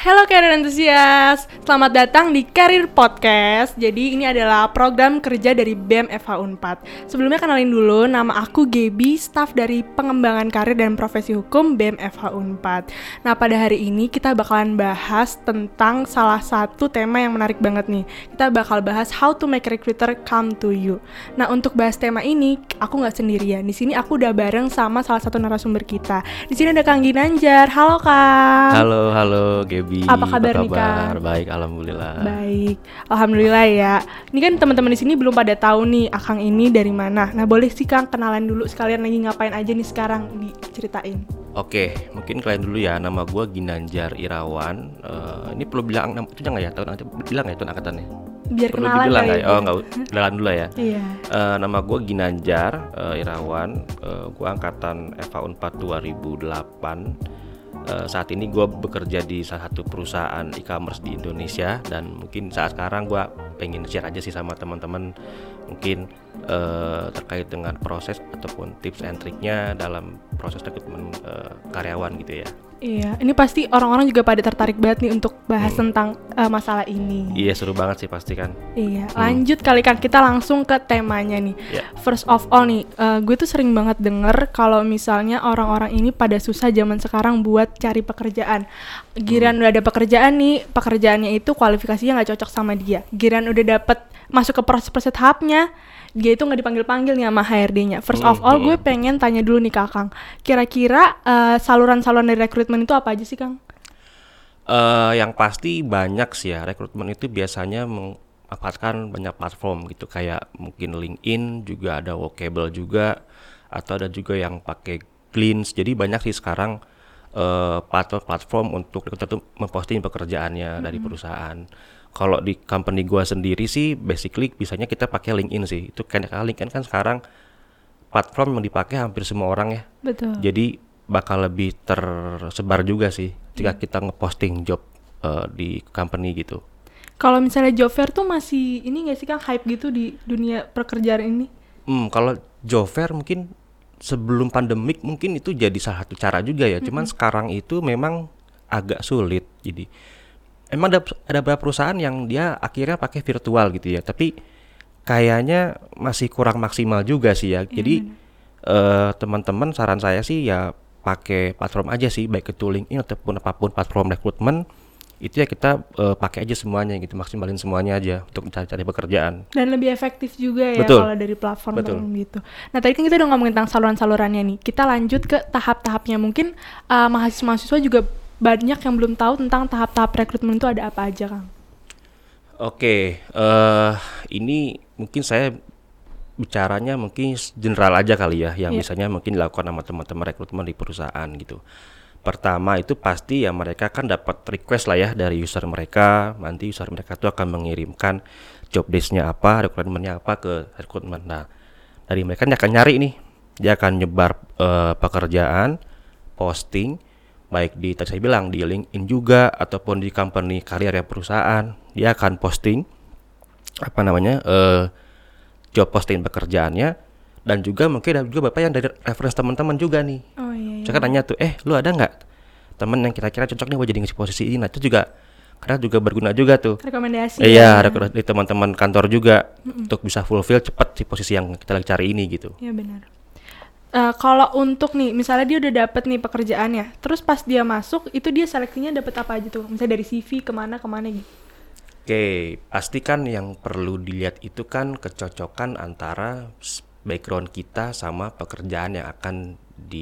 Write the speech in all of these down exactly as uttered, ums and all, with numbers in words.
Halo Career Enthusiast, selamat datang di Career Podcast. Jadi ini adalah program kerja dari B E M F H Unpad. Sebelumnya kenalin dulu, nama aku Gaby, staf dari pengembangan karir dan profesi hukum B E M F H Unpad. Nah pada hari ini kita bakalan bahas tentang salah satu tema yang menarik banget nih. Kita bakal bahas how to make recruiter come to you. Nah untuk bahas tema ini, aku nggak sendirian. Di sini aku udah bareng sama salah satu narasumber kita. Di sini ada Kang Ginanjar. Halo Kang. Halo, halo Gaby. Apa kabar, nih Kang? Baik, alhamdulillah. Baik, alhamdulillah ya. Ini kan teman-teman di sini belum pada tahu nih Akang ini dari mana. Nah boleh sih Kang kenalan dulu sekalian lagi ngapain aja nih sekarang, diceritain. Oke, mungkin kalian dulu ya. Nama gue Ginanjar Irawan. Uh, ini perlu bilang nama itu jangan ya? Tahun nanti bilang ya tahun angkatannya. Biar perlu kenalan dibilang kali ya? Oh nggak, kenalan dulu ya. Iya. Uh, nama gue Ginanjar uh, Irawan. Uh, gue angkatan F H Unpad dua ribu delapan. Uh, saat ini gue bekerja di salah satu perusahaan e-commerce di Indonesia, dan mungkin saat sekarang gue pengen share aja sih sama teman-teman mungkin uh, terkait dengan proses ataupun tips and triknya dalam proses rekrutmen uh, karyawan gitu ya. Iya, ini pasti orang-orang juga pada tertarik banget nih untuk bahas hmm. tentang uh, masalah ini. Iya, seru banget sih pasti kan. Iya, lanjut hmm. kali Kang, kita langsung ke temanya nih. Yeah. First of all nih, uh, gue tuh sering banget denger kalau misalnya orang-orang ini pada susah zaman sekarang buat cari pekerjaan. Giran hmm. udah ada pekerjaan nih, pekerjaannya itu kualifikasinya nggak cocok sama dia. Giran udah dapet masuk ke proses-proses tahapnya, dia itu nggak dipanggil-panggil nih sama H R D-nya. First of all, gue pengen tanya dulu nih Kang, kira-kira uh, saluran-saluran dari rekrutmen itu apa aja sih Kang? Uh, yang pasti banyak sih ya. Rekrutmen itu biasanya memanfaatkan banyak platform gitu, kayak mungkin LinkedIn, juga ada Workable juga, atau ada juga yang pakai Glints. Jadi banyak sih sekarang uh, platform-platform untuk rekruter memposting pekerjaannya mm-hmm. dari perusahaan. Kalau di company gua sendiri sih basically bisanya kita pakai LinkedIn sih. Itu kan LinkedIn kan sekarang platform yang dipakai hampir semua orang ya. Betul. Jadi bakal lebih tersebar juga sih jika hmm. kita ngeposting job uh, di company gitu. Kalau misalnya job fair tuh masih ini nggak sih Kang, hype gitu di dunia pekerjaan ini? Hmm, kalau job fair mungkin sebelum pandemik mungkin itu jadi salah satu cara juga ya. Hmm. Cuman sekarang itu memang agak sulit. Jadi emang ada ada beberapa perusahaan yang dia akhirnya pakai virtual gitu ya, tapi kayaknya masih kurang maksimal juga sih ya. Ya Jadi uh, teman-teman saran saya sih ya pakai platform aja sih, baik itu LinkedIn ataupun apapun platform rekrutmen itu ya kita uh, pakai aja semuanya gitu, maksimalin semuanya aja untuk mencari-cari pekerjaan. Dan lebih efektif juga ya Betul. kalau dari platform gitu. Nah tadi kan kita udah ngomongin tentang saluran-salurannya nih, kita lanjut ke tahap-tahapnya. Mungkin uh, mahasiswa-mahasiswa juga banyak yang belum tahu tentang tahap-tahap rekrutmen itu ada apa aja Kang. Oke, uh, ini mungkin saya bicaranya mungkin general aja kali ya, yang yeah. biasanya mungkin dilakukan sama teman-teman rekrutmen di perusahaan gitu. Pertama itu pasti ya mereka kan dapat request lah ya dari user mereka, nanti user mereka tuh akan mengirimkan job desk-nya apa, rekrutmennya apa ke rekrutmen. Nah dari mereka dia akan nyari nih, dia akan nyebar uh, pekerjaan, posting, baik di tadi saya bilang di LinkedIn juga ataupun di company karir ya perusahaan, dia akan posting apa namanya uh, job posting pekerjaannya, dan juga mungkin ada juga bapak yang dari reference teman-teman juga nih. Oh iya. Saya kan nanya tuh, eh lu ada nggak teman yang kira-kira cocok nih buat jadi ngisi posisi ini? Nah itu juga karena juga berguna juga tuh. Rekomendasi. Iya, ya. Rekomendasi dari teman-teman kantor juga mm-mm. untuk bisa fulfill cepat si posisi yang kita lagi cari ini gitu. Iya benar. Uh, kalau untuk nih, misalnya dia udah dapet nih pekerjaannya, terus pas dia masuk, itu dia seleksinya dapet apa aja tuh? Misalnya dari C V kemana kemana gitu? Oke, pastikan yang perlu dilihat itu kan kecocokan antara background kita sama pekerjaan yang akan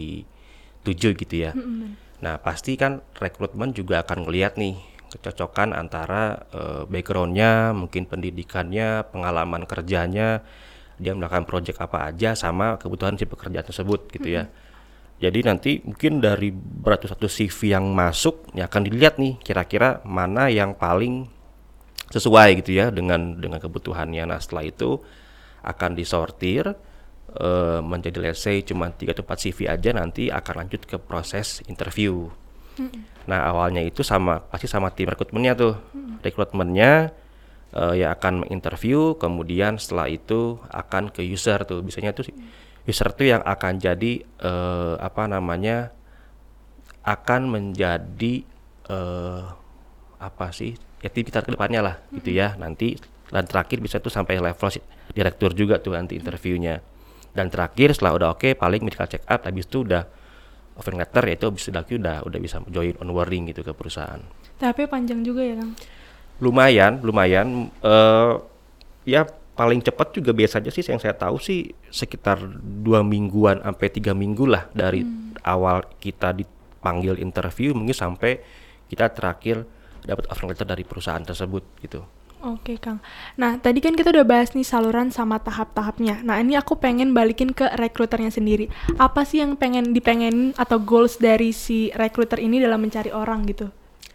dituju gitu ya. Mm-hmm. Nah, pasti kan rekrutmen juga akan ngelihat nih kecocokan antara uh, backgroundnya, mungkin pendidikannya, pengalaman kerjanya, dia melakukan project apa aja sama kebutuhan si pekerjaan tersebut gitu ya. Mm-hmm. Jadi nanti mungkin dari beratus-ratus C V yang masuk ya akan dilihat nih kira-kira mana yang paling sesuai gitu ya dengan dengan kebutuhannya. Nah setelah itu akan disortir uh, menjadi let's say cuma tiga atau empat C V aja, nanti akan lanjut ke proses interview. Mm-hmm. Nah awalnya itu sama pasti sama tim rekrutmennya tuh. Mm-hmm. Rekrutmennya Uh, yang akan menginterview, kemudian setelah itu akan ke user tuh, biasanya tuh user tuh yang akan jadi uh, apa namanya akan menjadi uh, apa sih ya tingkat ke depannya lah mm-hmm. gitu ya nanti. Dan terakhir bisa tuh sampai level direktur juga tuh nanti interviewnya. Dan terakhir setelah udah oke okay, paling medical check up, habis itu udah offering letter, yaitu habis itu udah udah bisa join onboarding gitu ke perusahaan. Tapi panjang juga ya Kang? Lumayan, lumayan. Uh, ya paling cepat juga biasanya sih yang saya tahu sih sekitar dua mingguan sampai tiga minggu lah dari hmm. awal kita dipanggil interview mungkin sampai kita terakhir dapat offering letter dari perusahaan tersebut gitu. Oke Kang. Nah tadi kan kita udah bahas nih saluran sama tahap-tahapnya. Nah ini aku pengen balikin ke rekruternya sendiri. Apa sih yang pengen dipengenin atau goals dari si rekruter ini dalam mencari orang gitu?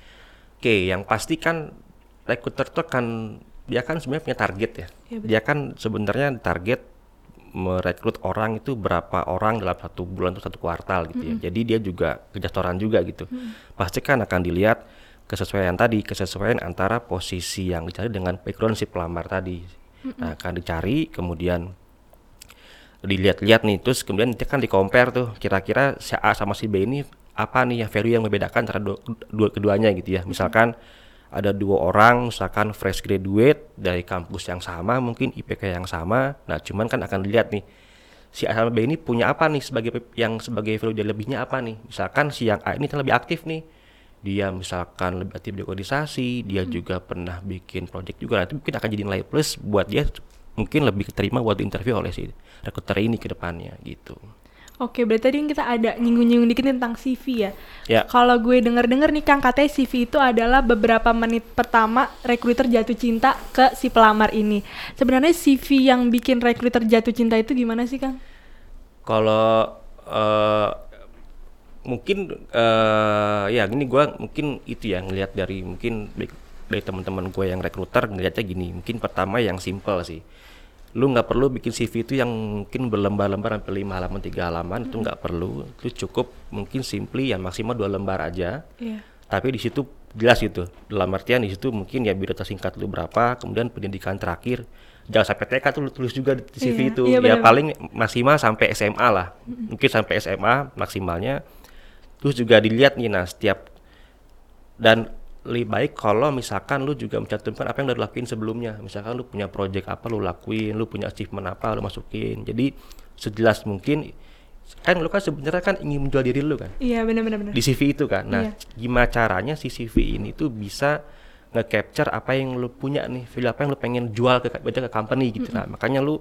Oke, yang pasti kan rekruter tuh kan dia kan sebenarnya punya target ya. Ya dia kan sebenarnya target merekrut orang itu berapa orang dalam satu bulan atau satu kuartal gitu mm-hmm. ya. Jadi dia juga kerja setoran juga gitu. Mm-hmm. Pasti kan akan dilihat kesesuaian tadi, kesesuaian antara posisi yang dicari dengan background si pelamar tadi. Mm-hmm. Nah, akan dicari, kemudian dilihat-lihat nih, terus kemudian nanti kan di-compare tuh, kira-kira si A sama si B ini apa nih yang value yang membedakan antara dua, dua keduanya gitu ya. Misalkan mm-hmm. ada dua orang, misalkan fresh graduate dari kampus yang sama, mungkin I P K yang sama. Nah, cuman kan akan dilihat nih, si A sama B ini punya apa nih sebagai yang sebagai value dan lebihnya apa nih. Misalkan si yang A ini kan lebih aktif nih. Dia misalkan lebih aktif di organisasi, dia hmm. juga pernah bikin project juga, nanti mungkin akan jadi nilai plus buat dia mungkin lebih keterima buat interview oleh si rekruter ini ke depannya gitu. Oke, berarti tadi kita ada nyinggung-nyinggung dikit tentang C V ya. Ya. Kalau gue denger-denger nih Kang, katanya C V itu adalah beberapa menit pertama rekruter jatuh cinta ke si pelamar ini. Sebenarnya C V yang bikin rekruter jatuh cinta itu gimana sih Kang? Kalau uh, mungkin uh, ya gini gue mungkin itu ya ngelihat dari mungkin dari teman-teman gue yang rekruter ngelihatnya gini, mungkin pertama yang simple sih, lu nggak perlu bikin C V itu yang mungkin berlembar-lembar sampai lima halaman tiga halaman mm-hmm. itu nggak perlu, itu cukup mungkin simply ya maksimal dua lembar aja, yeah. tapi di situ jelas gitu dalam artian di situ mungkin ya biodata singkat lu berapa, kemudian pendidikan terakhir jangan sampai T K tuh lu tulis juga di C V yeah, itu yeah, ya bener. Paling maksimal sampai S M A lah, mm-hmm. mungkin sampai S M A maksimalnya. Terus juga dilihat nih, nah setiap dan lebih baik kalau misalkan lu juga mencantumkan apa yang udah lakuin sebelumnya. Misalkan lu punya project apa lu lakuin, lu punya achievement apa lu masukin. Jadi sejelas mungkin kan lu kan sebenarnya kan ingin menjual diri lu kan. Iya benar-benar. Di C V itu kan. Nah, iya. Gimana caranya si C V ini tuh bisa nge-capture apa yang lu punya nih, value apa yang lu pengen jual ke ke company gitu. Mm-hmm. Nah, makanya lu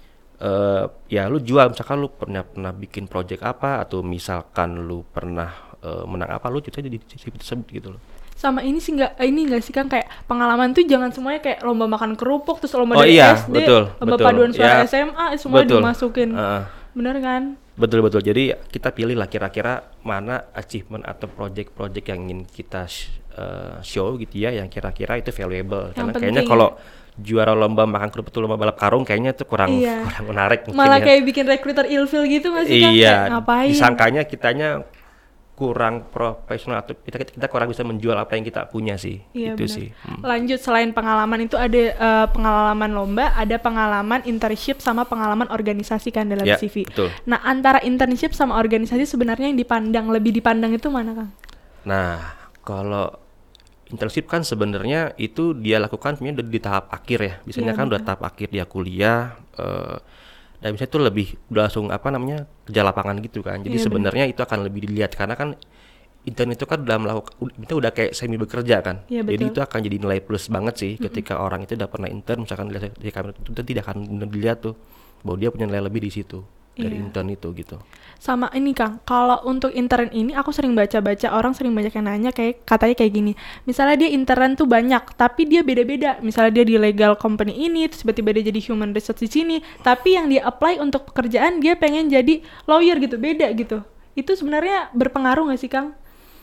Uh, ya lu jual, misalkan lu pernah pernah bikin project apa atau misalkan lu pernah uh, menang apa, lu cerita di C V tersebut gitu loh. Sama ini sih nggak ini nggak sih Kang, kayak pengalaman tuh jangan semuanya kayak lomba makan kerupuk terus lomba oh, dari iya, S D, betul, lomba betul. paduan suara ya, S M A semua betul. dimasukin. Uh, Bener kan? Betul betul. Jadi kita pilih lah kira-kira mana achievement atau project-project yang ingin kita uh, show gitu ya, yang kira-kira itu valuable. Yang karena kayaknya kalau juara lomba makan kerupuk tuh lomba balap karung kayaknya tuh kurang iya. kurang menarik mungkin. Malah ya. kayak bikin rekruter ilfil gitu nggak sih Kang? Iya. Kayak ngapain? Disangkanya kitanya kurang profesional atau kita kita kurang bisa menjual apa yang kita punya sih. Iya, itu bener. sih. Hmm. Lanjut, selain pengalaman itu ada uh, pengalaman lomba, ada pengalaman internship sama pengalaman organisasi kan dalam ya, C V. Betul. Nah antara internship sama organisasi sebenarnya yang dipandang lebih dipandang itu mana Kang? Nah kalau internship kan sebenarnya itu dia lakukan sebenarnya di tahap akhir ya. Biasanya ya, kan betul. Udah tahap akhir dia kuliah uh, dan misalnya itu lebih udah langsung apa namanya kerja lapangan gitu kan. Jadi ya, sebenarnya itu akan lebih dilihat karena kan intern itu kan udah melakukan itu udah kayak semi bekerja kan. Ya, jadi itu akan jadi nilai plus banget sih mm-hmm. ketika orang itu udah pernah intern misalkan dilihat di kamera itu tidak akan dilihat tuh bahwa dia punya nilai lebih di situ. Dari yeah. intern itu gitu. Sama ini Kang, kalau untuk intern ini aku sering baca-baca, orang sering banyak yang nanya kayak katanya kayak gini. Misalnya dia intern tuh banyak, tapi dia beda-beda. Misalnya dia di legal company ini, terus tiba-tiba dia jadi human resource di sini, tapi yang dia apply untuk pekerjaan dia pengen jadi lawyer gitu, beda gitu. Itu sebenarnya berpengaruh nggak sih Kang?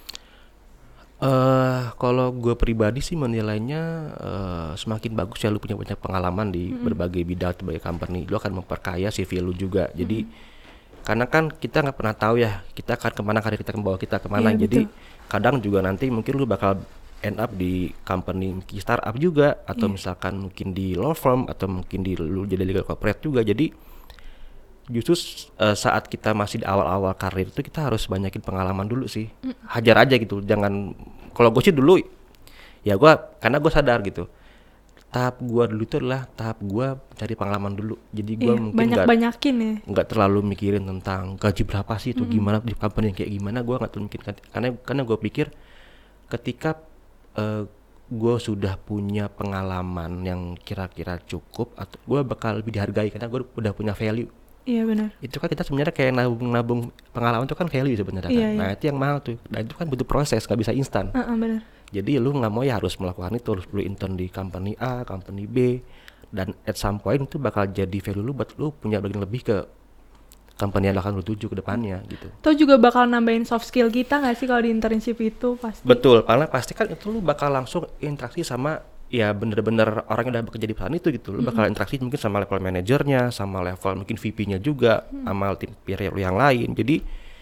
Uh, kalau gue pribadi sih menilainya uh, semakin bagus ya lu punya banyak pengalaman di mm-hmm. berbagai bidang, berbagai company, lu akan memperkaya C V lu juga. Jadi mm-hmm. karena kan kita nggak pernah tahu ya kita akan kemana, karir kita membawa kita kemana. Yeah, jadi betul. Kadang juga nanti mungkin lu bakal end up di company startup juga, atau yeah. misalkan mungkin di law firm, atau mungkin di lu jadi legal corporate juga. Jadi justru uh, saat kita masih di awal-awal karir itu kita harus banyakin pengalaman dulu sih. Mm. Hajar aja gitu, jangan, kalau gue sih dulu ya gue karena gue sadar gitu. Tahap gue dulu itu adalah tahap gue cari pengalaman dulu. Jadi gue Iya, mungkin banyak-banyakin ya. nggak terlalu mikirin tentang gaji berapa sih itu, mm-hmm. gimana di company yang kayak gimana, gue nggak terlalu mikirin. Karena karena gue pikir ketika uh, gue sudah punya pengalaman yang kira-kira cukup, atau gue bakal lebih dihargai karena gue udah punya value. Iya benar. Itu kan kita sebenarnya kayak nabung-nabung pengalaman itu kan value sebenarnya iya, kan. Iya. Nah itu yang mahal tuh. Dan itu kan butuh proses, nggak bisa instan. Uh-uh, benar. Jadi lu nggak mau ya harus melakukan itu, harus perlu intern di company A, company B, dan at some point itu bakal jadi value lu buat lu punya bagian lebih ke company yang akan lu tuju ke depannya gitu. Itu juga bakal nambahin soft skill kita nggak sih kalau di internship itu pasti? Betul, karena pasti kan itu lu bakal langsung interaksi sama ya bener-bener orang yang udah bekerja di perusahaan itu gitu. Lu mm-hmm. bakal interaksi mungkin sama level manajernya, sama level mungkin V P-nya juga, mm. sama tim peer lu yang lain. Jadi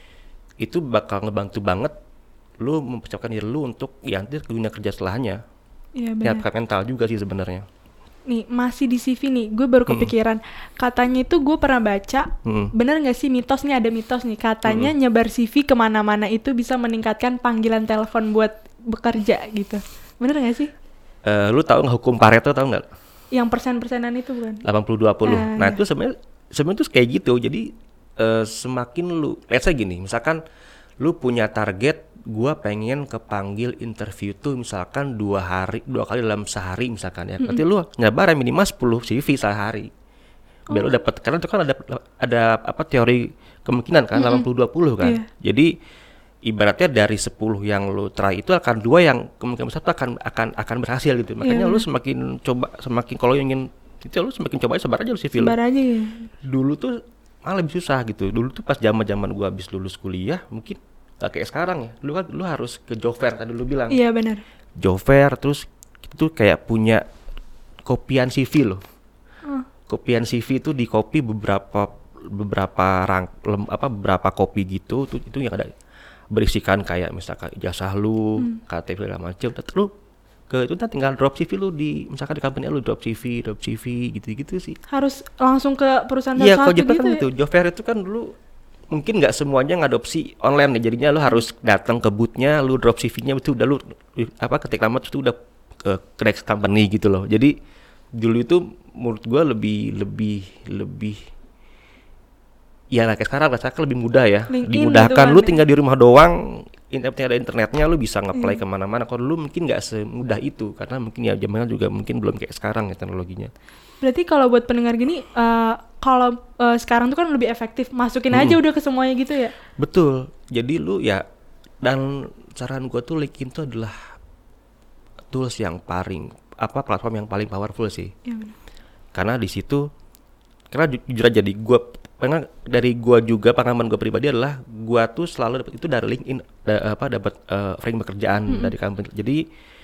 itu bakal ngebantu banget lu mempersiapkan diri lu untuk ya nanti ke dunia kerja setelahnya. Iya benar. Ya mental juga sih sebenarnya. Nih masih di C V nih, gue baru kepikiran. Hmm. Katanya itu gue pernah baca, hmm. bener nggak sih mitos nih, ada mitos nih katanya hmm. nyebar C V kemana-mana itu bisa meningkatkan panggilan telepon buat bekerja gitu. Bener nggak sih? Uh, lu tahu nggak hukum Pareto, tahu nggak? Yang persen-persenan itu bukan? delapan puluh dua puluh. Uh, nah ya. itu sebenarnya sebenarnya tuh kayak gitu. Jadi uh, semakin lu, let's say gini, misalkan lu punya target, gua pengen kepanggil interview tuh misalkan dua hari, dua kali dalam sehari misalkan ya. Mm-hmm. Berarti lu nyebar minimal sepuluh C V sehari. Biar oh. lu dapat, karena itu kan ada ada apa teori kemungkinan kan, mm-hmm. delapan puluh dua puluh kan. Yeah. Jadi ibaratnya dari sepuluh yang lu try itu akan dua yang kemungkinan besar tuh akan akan akan berhasil gitu. Makanya yeah. lu semakin coba, semakin kalau ingin itu lu semakin coba sebar aja lu C V lu. Sebar aja ya. Dulu tuh malah lebih susah gitu. Dulu tuh pas zaman-zaman gua habis lulus kuliah mungkin gak kayak sekarang ya. Dulu kan lu harus ke job fair tadi lu bilang. Iya benar. Job fair terus itu kayak punya kopian C V loh. Uh. Kopian C V itu di copy beberapa beberapa rang lem, apa beberapa copy gitu tuh, itu yang ada berisikan kayak misalkan ijazah lu, hmm. K T P segala macam. Terus lu ke itu kan tinggal drop C V lu di misalkan di company lu drop C V, drop C V gitu-gitu sih. Harus langsung ke perusahaan satu-satu. Iya, kalau gitu job fair kan ya? gitu. Job fair itu kan dulu mungkin nggak semuanya ngadopsi online nih, jadinya lu harus datang ke booth-nya, lu drop C V-nya itu udah lu apa ketik nama terus udah ke, ke next company gitu loh. Jadi dulu itu menurut gua lebih lebih lebih ya kayak sekarang rasakan lebih mudah ya, LinkedIn dimudahkan gitu kan, lu tinggal di rumah doang, internet ada internetnya, lu bisa nge-apply hmm. kemana-mana. Kalau dulu mungkin nggak semudah itu karena mungkin ya zamannya juga mungkin belum kayak sekarang ya teknologinya. Berarti kalau buat pendengar gini, uh, kalau uh, sekarang tuh kan lebih efektif, masukin hmm. aja udah ke semuanya gitu ya? Betul. Jadi lu ya, dan saran gua tuh LinkedIn tuh adalah tools yang paling apa platform yang paling powerful sih. Ya, benar. Karena di situ, karena ju- jujur aja di gua, karena dari gua juga pengalaman gua pribadi adalah gua tuh selalu dapat itu dari LinkedIn, da, apa dapat uh, frame pekerjaan hmm. dari company. Jadi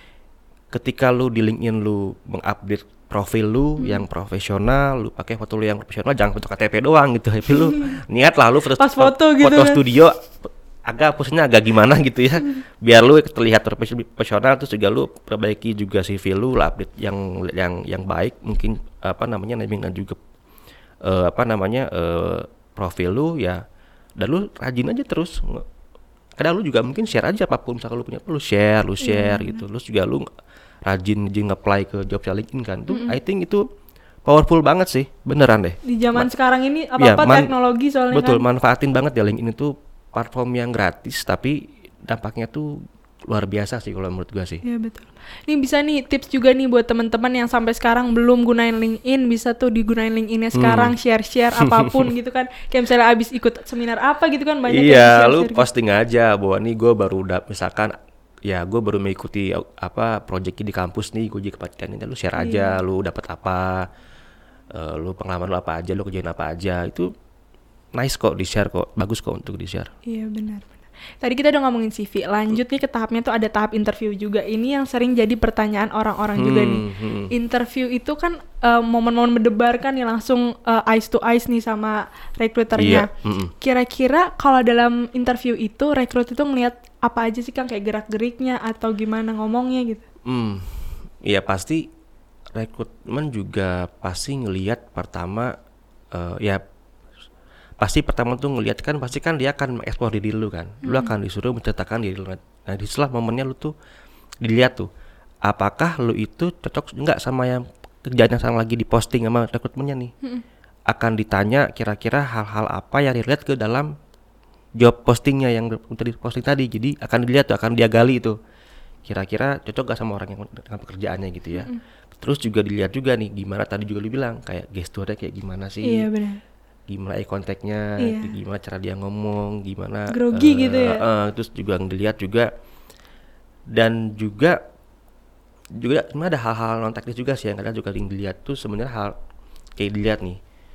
ketika lu di LinkedIn lu mengupdate profil lu hmm. yang profesional, lu pakai foto lu yang profesional, jangan foto K T P doang gitu. Tapi lu niat lah lu foto, pas foto, foto, gitu foto studio agak posisinya agak gimana gitu ya. Biar lu terlihat profesional, terus juga lu perbaiki juga C V lu, lah update yang yang yang baik, mungkin apa namanya naming dan juga uh, apa namanya uh, profil lu ya. Dan lu rajin aja terus. Kadang lu juga mungkin share aja apapun, misalkan lu punya lu share, lu share yeah. gitu. Terus juga lu rajin rajin apply ke job LinkedIn kan. Itu mm-hmm. I think itu powerful banget sih, beneran deh. Di zaman Ma- sekarang ini apa-apa ya, man- teknologi soalnya betul, kan. manfaatin banget ya LinkedIn itu platform yang gratis tapi dampaknya tuh luar biasa sih kalau menurut gua sih. Iya betul. Ini bisa nih tips juga nih buat teman-teman yang sampai sekarang belum gunain LinkedIn, bisa tuh digunain LinkedIn-nya sekarang, hmm. share-share apapun gitu kan. Kayak misalnya abis ikut seminar apa gitu kan banyak iya, yang lu posting gitu aja bahwa nih gua baru udah misalkan ya gue baru mengikuti apa proyek di kampus nih, gue jadi kepanitiaan, lu share aja, iya. lu dapat apa, uh, lu pengalaman lu apa aja, lu kerjain apa aja, itu nice kok di share kok, bagus kok untuk di share. Iya benar. Tadi kita udah ngomongin C V, lanjut nih ke tahapnya tuh ada tahap interview juga. Ini yang sering jadi pertanyaan orang-orang hmm, juga nih. Hmm. Interview itu kan uh, momen-momen mendebarkan ya, langsung uh, eyes to eyes nih sama rekruternya. Iya. Hmm. Kira-kira kalau dalam interview itu rekrut itu ngelihat apa aja sih Kang, kayak gerak-geriknya atau gimana ngomongnya gitu? Hmm, iya pasti rekrutmen juga pasti ngelihat pertama uh, ya. Pasti pertama tuh ngelihat kan, pasti kan dia akan mengeksplor diri lu kan. Hmm. Lu akan disuruh menceritakan diri lu. Nah, di setelah momennya lu tuh dilihat tuh apakah lu itu cocok nggak sama yang kerjaan yang sekarang lagi diposting sama rekrutmennya nih. Mm-mm. Akan ditanya kira-kira hal-hal apa yang dilihat ke dalam job postingnya yang udah diposting tadi. Jadi akan dilihat tuh, akan dia gali itu. Kira-kira cocok gak sama orang yang dengan pekerjaannya gitu ya. Mm. Terus juga dilihat juga nih gimana tadi juga lu bilang kayak gesturnya kayak gimana sih. Iya benar. Gimana eye contact-nya, iya. Gimana cara dia ngomong, gimana grogi uh, gitu ya. Uh, terus juga dilihat juga dan juga juga sebenarnya ada hal-hal non teknis juga sih yang kadang juga dilihat tuh sebenarnya hal kayak dilihat nih.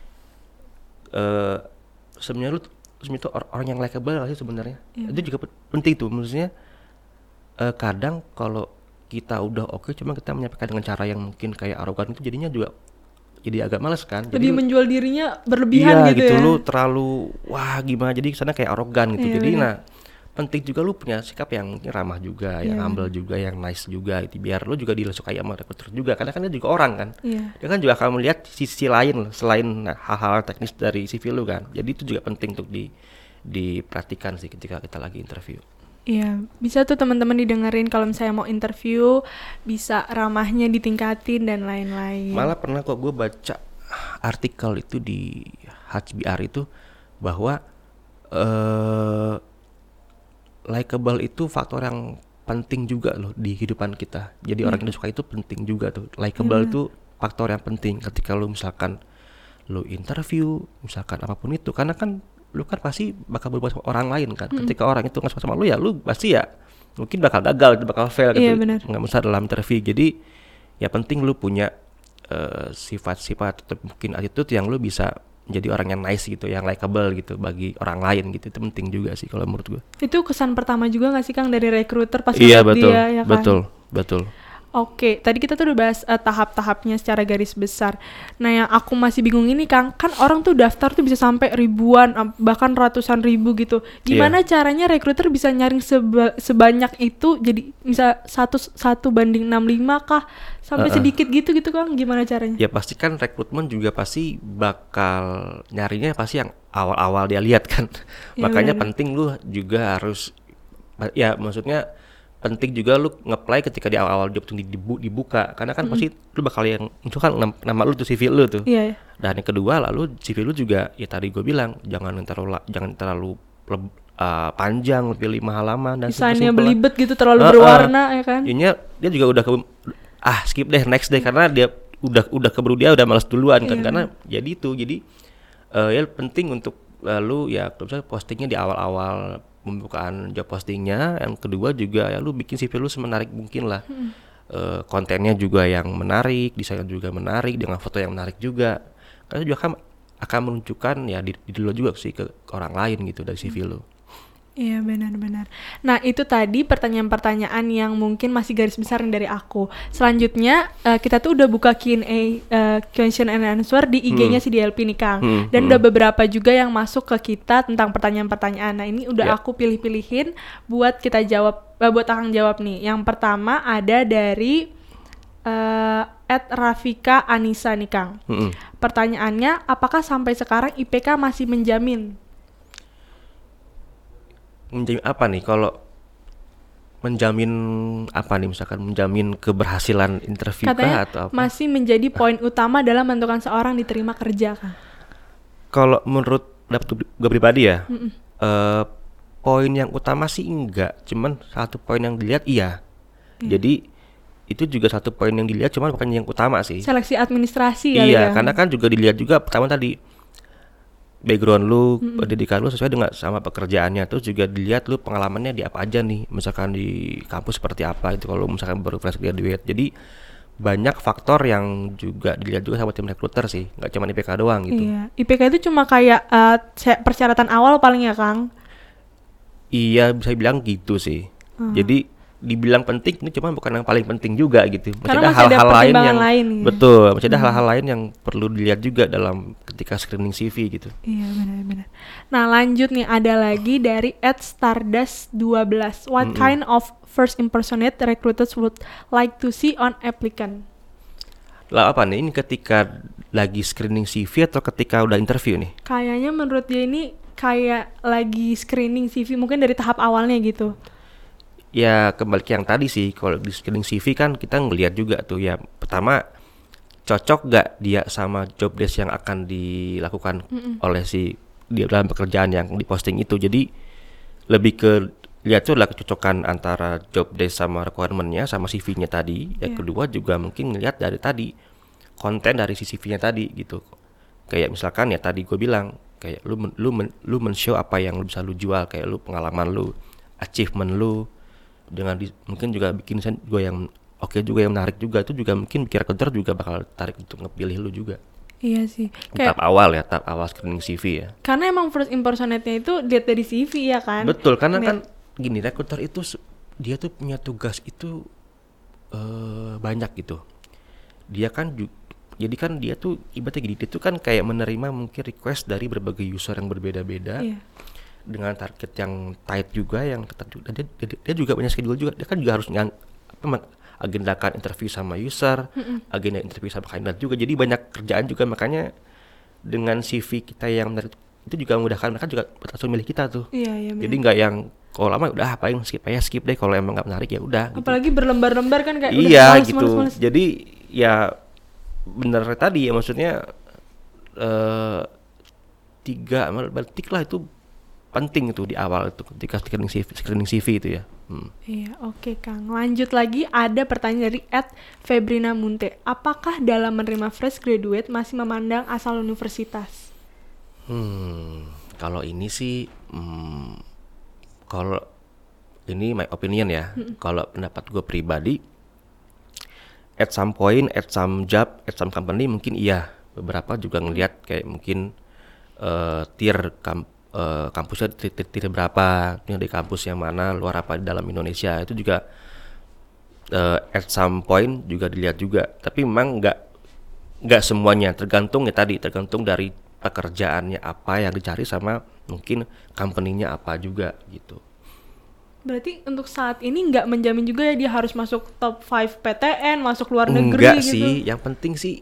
Uh, sebenarnya lu itu orang yang likable sih sebenarnya. Iya. Itu juga penting tuh maksudnya. Uh, kadang kalau kita udah oke okay, cuma kita menyampaikan dengan cara yang mungkin kayak arogan itu jadinya juga jadi agak males kan. Lebih jadi menjual dirinya berlebihan iya, gitu, gitu ya. Lu terlalu wah gimana jadi kesana kayak arogan gitu. Iya, jadi bener. Nah penting juga lu punya sikap yang mungkin ramah juga, iya, yang humble juga, yang nice juga itu biar lu juga disukai sama rekruter juga karena kan dia juga orang kan. Iya. Dia kan juga akan melihat sisi lain selain nah, hal-hal teknis dari C V lu kan. Jadi itu juga penting untuk di diperhatikan sih ketika kita lagi interview. Iya, bisa tuh teman-teman didengerin kalau misalnya mau interview, bisa ramahnya ditingkatin dan lain-lain. Malah pernah kok gue baca artikel itu di H B R itu bahwa uh, likable itu faktor yang penting juga loh di kehidupan kita. Jadi hmm. orang yang suka itu penting juga tuh. Likable itu hmm. faktor yang penting ketika lu misalkan lu interview, misalkan apapun itu, karena kan lu kan pasti bakal berbuat sama orang lain kan. Mm. Ketika orang itu nggak suka sama lu ya lu pasti ya mungkin bakal gagal, bakal fail gitu. Iya, nggak usah dalam interview. Jadi ya penting lu punya uh, sifat-sifat atau mungkin attitude yang lu bisa menjadi orang yang nice gitu, yang likable gitu bagi orang lain gitu. Itu penting juga sih kalau menurut gue. Itu kesan pertama juga nggak sih Kang dari recruiter pas iya, betul, dia ya kan? Betul, betul. Oke, tadi kita tuh udah bahas uh, tahap-tahapnya secara garis besar. Nah, yang aku masih bingung ini Kang, kan orang tuh daftar tuh bisa sampai ribuan, bahkan ratusan ribu gitu. Gimana yeah. caranya rekruter bisa nyaring seba- sebanyak itu, jadi bisa satu satu banding enam puluh lima kah? Sampai uh-uh. sedikit gitu gitu Kang, gimana caranya? Ya pasti kan rekrutmen juga pasti bakal nyarinya pasti yang awal-awal dia lihat kan. Ya, makanya bener. Penting lu juga harus, ya maksudnya penting juga lu nge-apply ketika di awal-awal job tuh dibuka karena kan mm-hmm. pasti lu bakal yang muncul kan nama lu tuh C V lu tuh. Iya. Yeah. Dan yang kedua lalu C V lu juga ya tadi gue bilang jangan terlalu jangan terlalu uh, panjang lebih lima halaman dan desainnya belibet gitu terlalu uh, berwarna uh, ya kan. Jadinya dia juga udah ke, ah skip deh next deh karena dia udah udah keburu dia udah malas duluan kan yeah. karena jadi itu jadi uh, ya penting untuk uh, lu ya misalnya postingnya di awal-awal pembukaan job postingnya, yang kedua juga ya lu bikin C V lu semenarik mungkin lah, hmm. e, kontennya juga yang menarik, desainnya juga menarik, dengan foto yang menarik juga, karena juga kan akan menunjukkan ya di, di lu juga sih ke, ke orang lain gitu dari C V lu. Iya benar-benar. Nah itu tadi pertanyaan-pertanyaan yang mungkin masih garis besar dari aku. Selanjutnya uh, kita tuh udah buka Q and A uh, question and answer di I G-nya hmm. si D L P nih Kang. Hmm. Dan hmm. udah beberapa juga yang masuk ke kita tentang pertanyaan-pertanyaan. Nah ini udah yeah. aku pilih-pilihin buat kita jawab, uh, buat Akang jawab nih. Yang pertama ada dari uh, at Rafika Anissa nih Kang. Hmm. Pertanyaannya, apakah sampai sekarang I P K masih menjamin? Menjamin apa nih? Kalau menjamin apa nih? Misalkan menjamin keberhasilan interview kah atau apa? Masih menjadi poin utama dalam menentukan seorang diterima kerja kan? Kalau menurut gue pribadi ya, uh, poin yang utama sih enggak. Cuman satu poin yang dilihat iya. Hmm. Jadi itu juga satu poin yang dilihat, cuman bukan yang utama sih. Seleksi administrasi kali ya? Iya, karena kan juga dilihat juga pertama tadi background lu, mm-hmm. pendidikan lu sesuai dengan sama pekerjaannya. Terus juga dilihat lu pengalamannya di apa aja nih, misalkan di kampus seperti apa itu kalau misalkan baru fresh graduate. Jadi banyak faktor yang juga dilihat juga sama tim recruiter sih, nggak cuma I P K doang gitu. Iya, I P K itu cuma kayak uh, persyaratan awal paling ya Kang? Iya, bisa bilang gitu sih. Hmm. Jadi dibilang penting ini cuma bukan yang paling penting juga gitu. Masih ada hal-hal lain yang lain, ya? Betul, masih ada hmm. hal-hal lain yang perlu dilihat juga dalam ketika screening C V gitu. Iya benar-benar. Nah lanjut nih ada lagi dari at stardust dua belas. What mm-hmm. kind of first impression recruiters would like to see on applicant? Lah apa nih? Ini ketika lagi screening C V atau ketika udah interview nih? Kayaknya menurut dia ini kayak lagi screening C V mungkin dari tahap awalnya gitu. ya kembali ke yang tadi sih, kalau di screening C V kan kita ngelihat juga tuh ya, pertama cocok gak dia sama job desk yang akan dilakukan Mm-mm. oleh si dia dalam pekerjaan yang diposting itu. Jadi lebih ke lihat tuh adalah kecocokan antara job desk sama requirement-nya sama C V-nya tadi. Yang yeah. kedua juga mungkin ngelihat dari tadi konten dari si C V-nya tadi gitu. Kayak misalkan ya tadi gue bilang kayak lu men, lu men, lu men-show apa yang lu bisa lu jual, kayak lu pengalaman lu, achievement lu, dengan di, mungkin juga bikin gue yang oke okay juga, yang menarik juga, itu juga mungkin bikin recruiter juga bakal tarik untuk ngepilih lu juga. Iya sih. Kayak, tahap awal ya, tahap awal screening C V ya. Karena emang first impression-nya itu lihat dari C V ya kan. Betul, karena Lihat. kan gini, recruiter itu dia tuh punya tugas itu uh, banyak gitu. Dia kan ju- jadi kan dia tuh ibaratnya gini, dia tuh kan kayak menerima mungkin request dari berbagai user yang berbeda-beda. Iya. Dengan target yang tight juga, yang ketat juga. Dia, dia, dia juga punya schedule juga. Dia kan juga harus ngang, apa, agendakan interview sama user, Mm-mm. agenda interview sama kandidat juga. Jadi banyak kerjaan juga, makanya dengan C V kita yang menarik itu juga memudahkan mereka juga langsung milih kita tuh. Iya, iya, jadi nggak yang kalau lama udah paling skip aja skip deh, kalau emang nggak menarik ya udah. Apalagi gitu. Berlembar-lembar kan kayak iya udah males, gitu. Males, males. Jadi ya bener tadi ya, maksudnya uh, tiga batik lah itu penting itu di awal itu ketika screening C V, screening C V itu ya. Hmm. Iya, oke okay, Kang. Lanjut lagi, ada pertanyaan dari at Febrina Munte. Apakah dalam menerima fresh graduate masih memandang asal universitas? Hmm, kalau ini sih, hmm, kalau ini my opinion ya. Hmm. Kalau pendapat gue pribadi, at some point, at some job, at some company mungkin iya. Beberapa juga ngelihat kayak mungkin uh, tier kamp Uh, kampusnya titik berapa, yang di kampus yang mana, luar apa di dalam Indonesia, itu juga uh, at some point juga dilihat juga. Tapi memang nggak nggak semuanya, tergantung ya tadi, tergantung dari pekerjaannya apa yang dicari sama mungkin company-nya apa juga gitu. Berarti untuk saat ini nggak menjamin juga ya dia harus masuk top lima P T N, masuk luar negeri Enggak gitu? Enggak sih, yang penting sih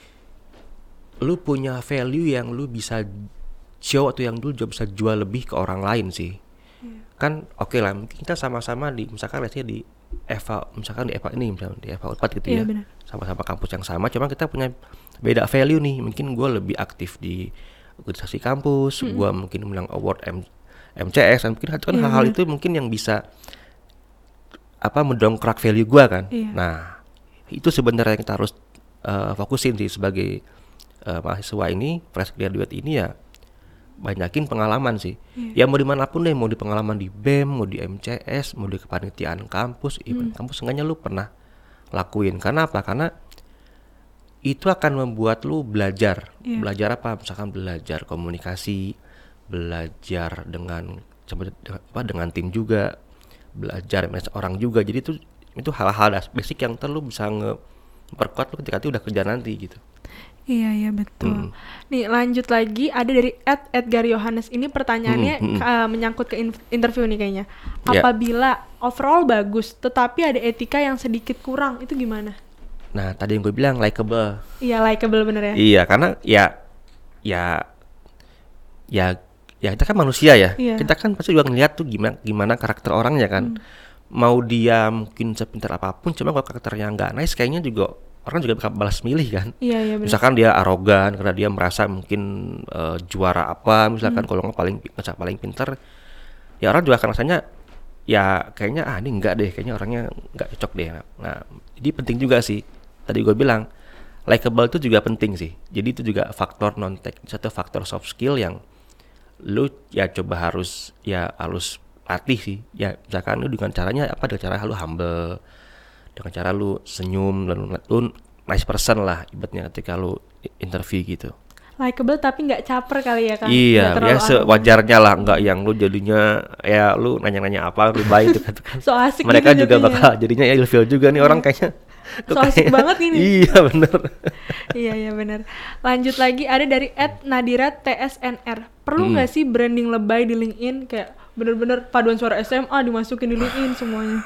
lu punya value yang lu bisa show atau yang dulu juga bisa jual lebih ke orang lain sih. Yeah. Kan oke okay lah, mungkin kita sama-sama di misalkan let's say di Eva, misalkan di Eva ini misalkan di Eva Unpad gitu yeah, ya. Bener. Sama-sama kampus yang sama, cuma kita punya beda value nih. Mungkin gue lebih aktif di organisasi kampus, mm-hmm. gue mungkin menang award M- MCS, dan mungkin itu kan yeah, hal-hal bener. Itu mungkin yang bisa apa mendongkrak value gue kan. Yeah. Nah, itu sebenarnya yang kita harus uh, fokusin sih sebagai uh, mahasiswa ini, fresh graduate ini ya. Banyakin pengalaman sih. Yeah. Ya mau dimanapun deh, mau di pengalaman di B E M, mau di M C S, mau di kepanitiaan kampus, event mm. kampus, seenggaknya lu pernah lakuin. Karena apa? Karena itu akan membuat lu belajar. Yeah. Belajar apa? Misalkan belajar komunikasi, belajar dengan apa dengan tim juga, belajar manage orang juga. Jadi itu itu hal-hal basic yang terlalu bisa nge-perkuat lu ketika itu udah kerja nanti gitu. Iya, iya betul. Hmm. Nih lanjut lagi, ada dari at Edgar Yohanes. Ini pertanyaannya hmm, hmm. Uh, menyangkut ke in- interview nih kayaknya. Yeah. Apabila overall bagus, tetapi ada etika yang sedikit kurang, itu gimana? Nah tadi yang gue bilang likable. Iya likable bener ya. Iya karena ya ya ya ya kita kan manusia ya. Yeah. Kita kan pasti juga ngeliat tuh gimana gimana karakter orangnya kan. Hmm. Mau dia mungkin sepintar apapun, cuma kalau karakternya nggak nice, kayaknya juga orang juga bakal balas milih kan. Iya, iya, misalkan dia arogan karena dia merasa mungkin uh, juara apa, misalkan hmm. kalau nggak paling paling pintar, ya orang juga akan rasanya ya kayaknya ah ini enggak deh, kayaknya orangnya nggak cocok deh. Nah jadi penting juga sih, tadi gue bilang likable itu juga penting sih. Jadi itu juga faktor non teknis atau faktor soft skill yang lu ya coba harus ya harus latih sih. Ya misalkan lu dengan caranya apa, dengan cara lu humble, dengan cara lu senyum, dan lu nice person lah ibaratnya ketika lu interview gitu. Likeable tapi nggak caper kali ya kan? Iya, ya sewajarnya lah, nggak yang lu jadinya ya lu nanya-nanya apa lu baik itu kan. So asik mereka gitu juga jadinya. Bakal jadinya ya ilfeel juga nih orang kayaknya. So asik kayak, banget ini. Iya bener. Iya iya bener. Lanjut lagi, ada dari at Nadira T S N R. Perlu nggak hmm. sih branding lebay di LinkedIn, kayak bener-bener paduan suara S M A dimasukin di LinkedIn semuanya?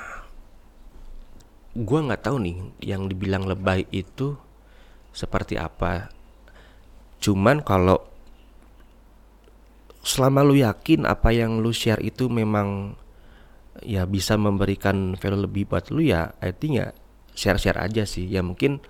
Gua nggak tahu nih yang dibilang lebay itu seperti apa. Cuman kalau selama lu yakin apa yang lu share itu memang ya bisa memberikan value lebih buat lu ya, I think ya share-share aja sih. Ya mungkin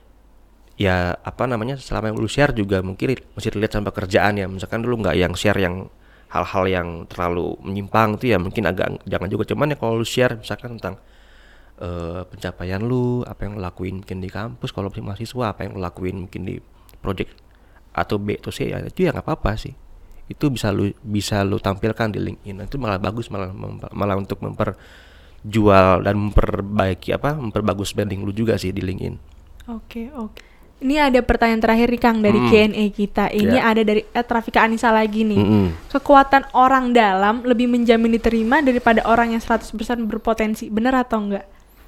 ya apa namanya, selama yang lu share juga mungkin masih relate sama pekerjaan ya. Misalkan lu nggak yang share yang hal-hal yang terlalu menyimpang tuh ya mungkin agak jangan juga. Cuman ya kalau lu share misalkan tentang uh, pencapaian lu, apa yang lu lakuin mungkin di kampus kalau masih mahasiswa, apa yang lu lakuin mungkin di project atau B atau C, ya itu ya nggak apa-apa sih. Itu bisa lu bisa lu tampilkan di LinkedIn. Itu malah bagus, malah malah untuk memperjual dan memperbaiki apa memperbagus branding lu juga sih di LinkedIn. Oke, oke. Ini ada pertanyaan terakhir nih Kang dari mm. Q and A kita. Ini yeah. ada dari Ed Rafika Anissa lagi nih. Mm-hmm. Kekuatan orang dalam lebih menjamin diterima daripada orang yang seratus persen berpotensi. Bener atau enggak?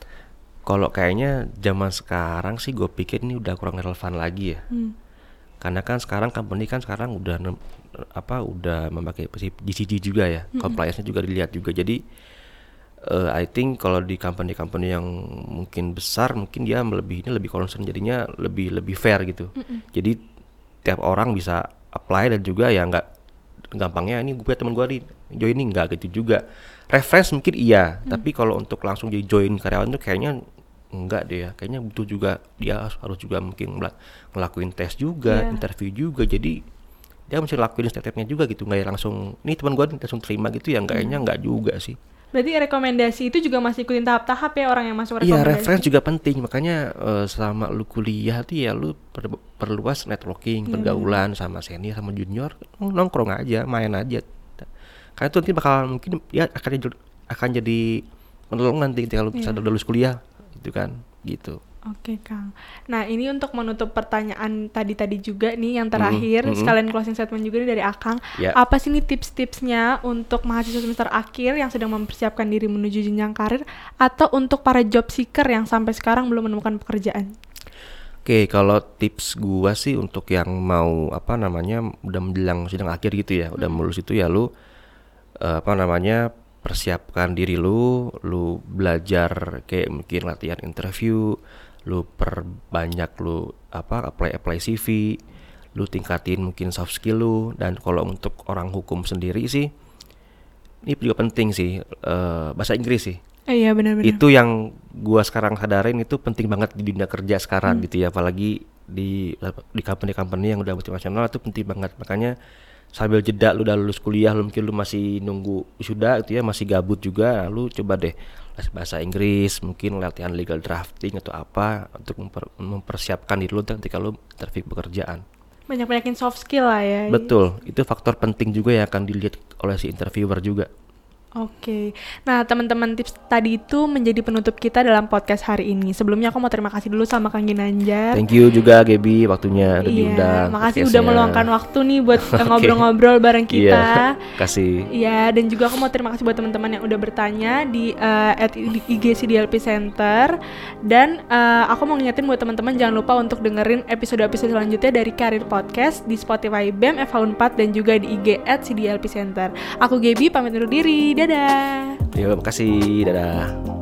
Kalau kayaknya zaman sekarang sih gue pikir ini udah kurang relevan lagi ya. Mm. Karena kan sekarang company kan sekarang udah apa udah memakai G C G juga ya. Mm-hmm. Compliance-nya juga dilihat juga. Jadi Uh, I think kalau di company-company yang mungkin besar mungkin dia lebih ini lebih concern, jadinya lebih lebih fair gitu. Mm-mm. Jadi tiap orang bisa apply dan juga ya nggak gampangnya ini gue teman gue di join ini nggak gitu juga. Reference mungkin iya, mm. tapi kalau untuk langsung jadi join karyawan tuh kayaknya enggak deh ya. Kayaknya butuh juga dia harus juga mungkin ngelakuin tes juga, yeah. interview juga. Jadi dia mesti lakuin step-stepnya juga gitu, nggak ya langsung nih teman gue langsung terima gitu ya, kayaknya mm. nggak juga sih. Berarti rekomendasi itu juga masih ikutin tahap-tahap ya orang yang masuk rekomendasi? Iya, reference juga penting. Makanya uh, selama lu kuliah tuh ya lu per- perluas networking, yeah. pergaulan sama senior sama junior, nongkrong aja, main aja. Karena itu nanti bakal mungkin ya akan jadi, akan jadi penolong nanti kalau yeah. udah lulus kuliah gitu kan, gitu. Oke Kang. Nah ini untuk menutup pertanyaan tadi-tadi juga nih yang terakhir, mm-hmm. sekalian closing statement juga nih dari Akang. Yeah. Apa sih nih tips-tipsnya untuk mahasiswa semester akhir yang sedang mempersiapkan diri menuju jenjang karir, atau untuk para job seeker yang sampai sekarang belum menemukan pekerjaan? Oke, kalau tips gua sih untuk yang mau apa namanya udah menjelang sidang akhir gitu ya, mm-hmm. udah lulus itu ya lu uh, apa namanya persiapkan diri lu, lu belajar kayak mungkin latihan interview, lu perbanyak lu apa apply apply C V, lu tingkatin mungkin soft skill lu. Dan kalau untuk orang hukum sendiri sih ini juga penting sih uh, bahasa Inggris sih. Eh, iya benar-benar. Itu yang gua sekarang sadarin itu penting banget di dunia kerja sekarang hmm. gitu ya, apalagi di di company-company yang udah multinasional itu penting banget. Makanya sambil jeda lu udah lulus kuliah, lu mungkin lu masih nunggu wisuda gitu ya, masih gabut juga, lu coba deh bahasa Inggris, mungkin latihan legal drafting atau apa untuk memper, mempersiapkan diri lu ketika lu interview pekerjaan. Banyak-banyakin soft skill lah ya. Betul, itu faktor penting juga yang akan dilihat oleh si interviewer juga. Oke, nah teman-teman tips tadi itu menjadi penutup kita dalam podcast hari ini. Sebelumnya aku mau terima kasih dulu sama Kang Ginanjar. Thank you juga Gaby, waktunya udah iya, diundang. Makasih udah meluangkan waktu nih buat okay. ngobrol-ngobrol bareng kita. Iya, kasih. Iya, dan juga aku mau terima kasih buat teman-teman yang udah bertanya di uh, at I G C D L P Center. Dan uh, aku mau ngingetin buat teman-teman jangan lupa untuk dengerin episode-episode selanjutnya dari Karir Podcast di Spotify B E M F H Unpad dan juga di I G at C D L P Center. Aku Gaby pamit undur diri. Dadah. Terima kasih. Dadah.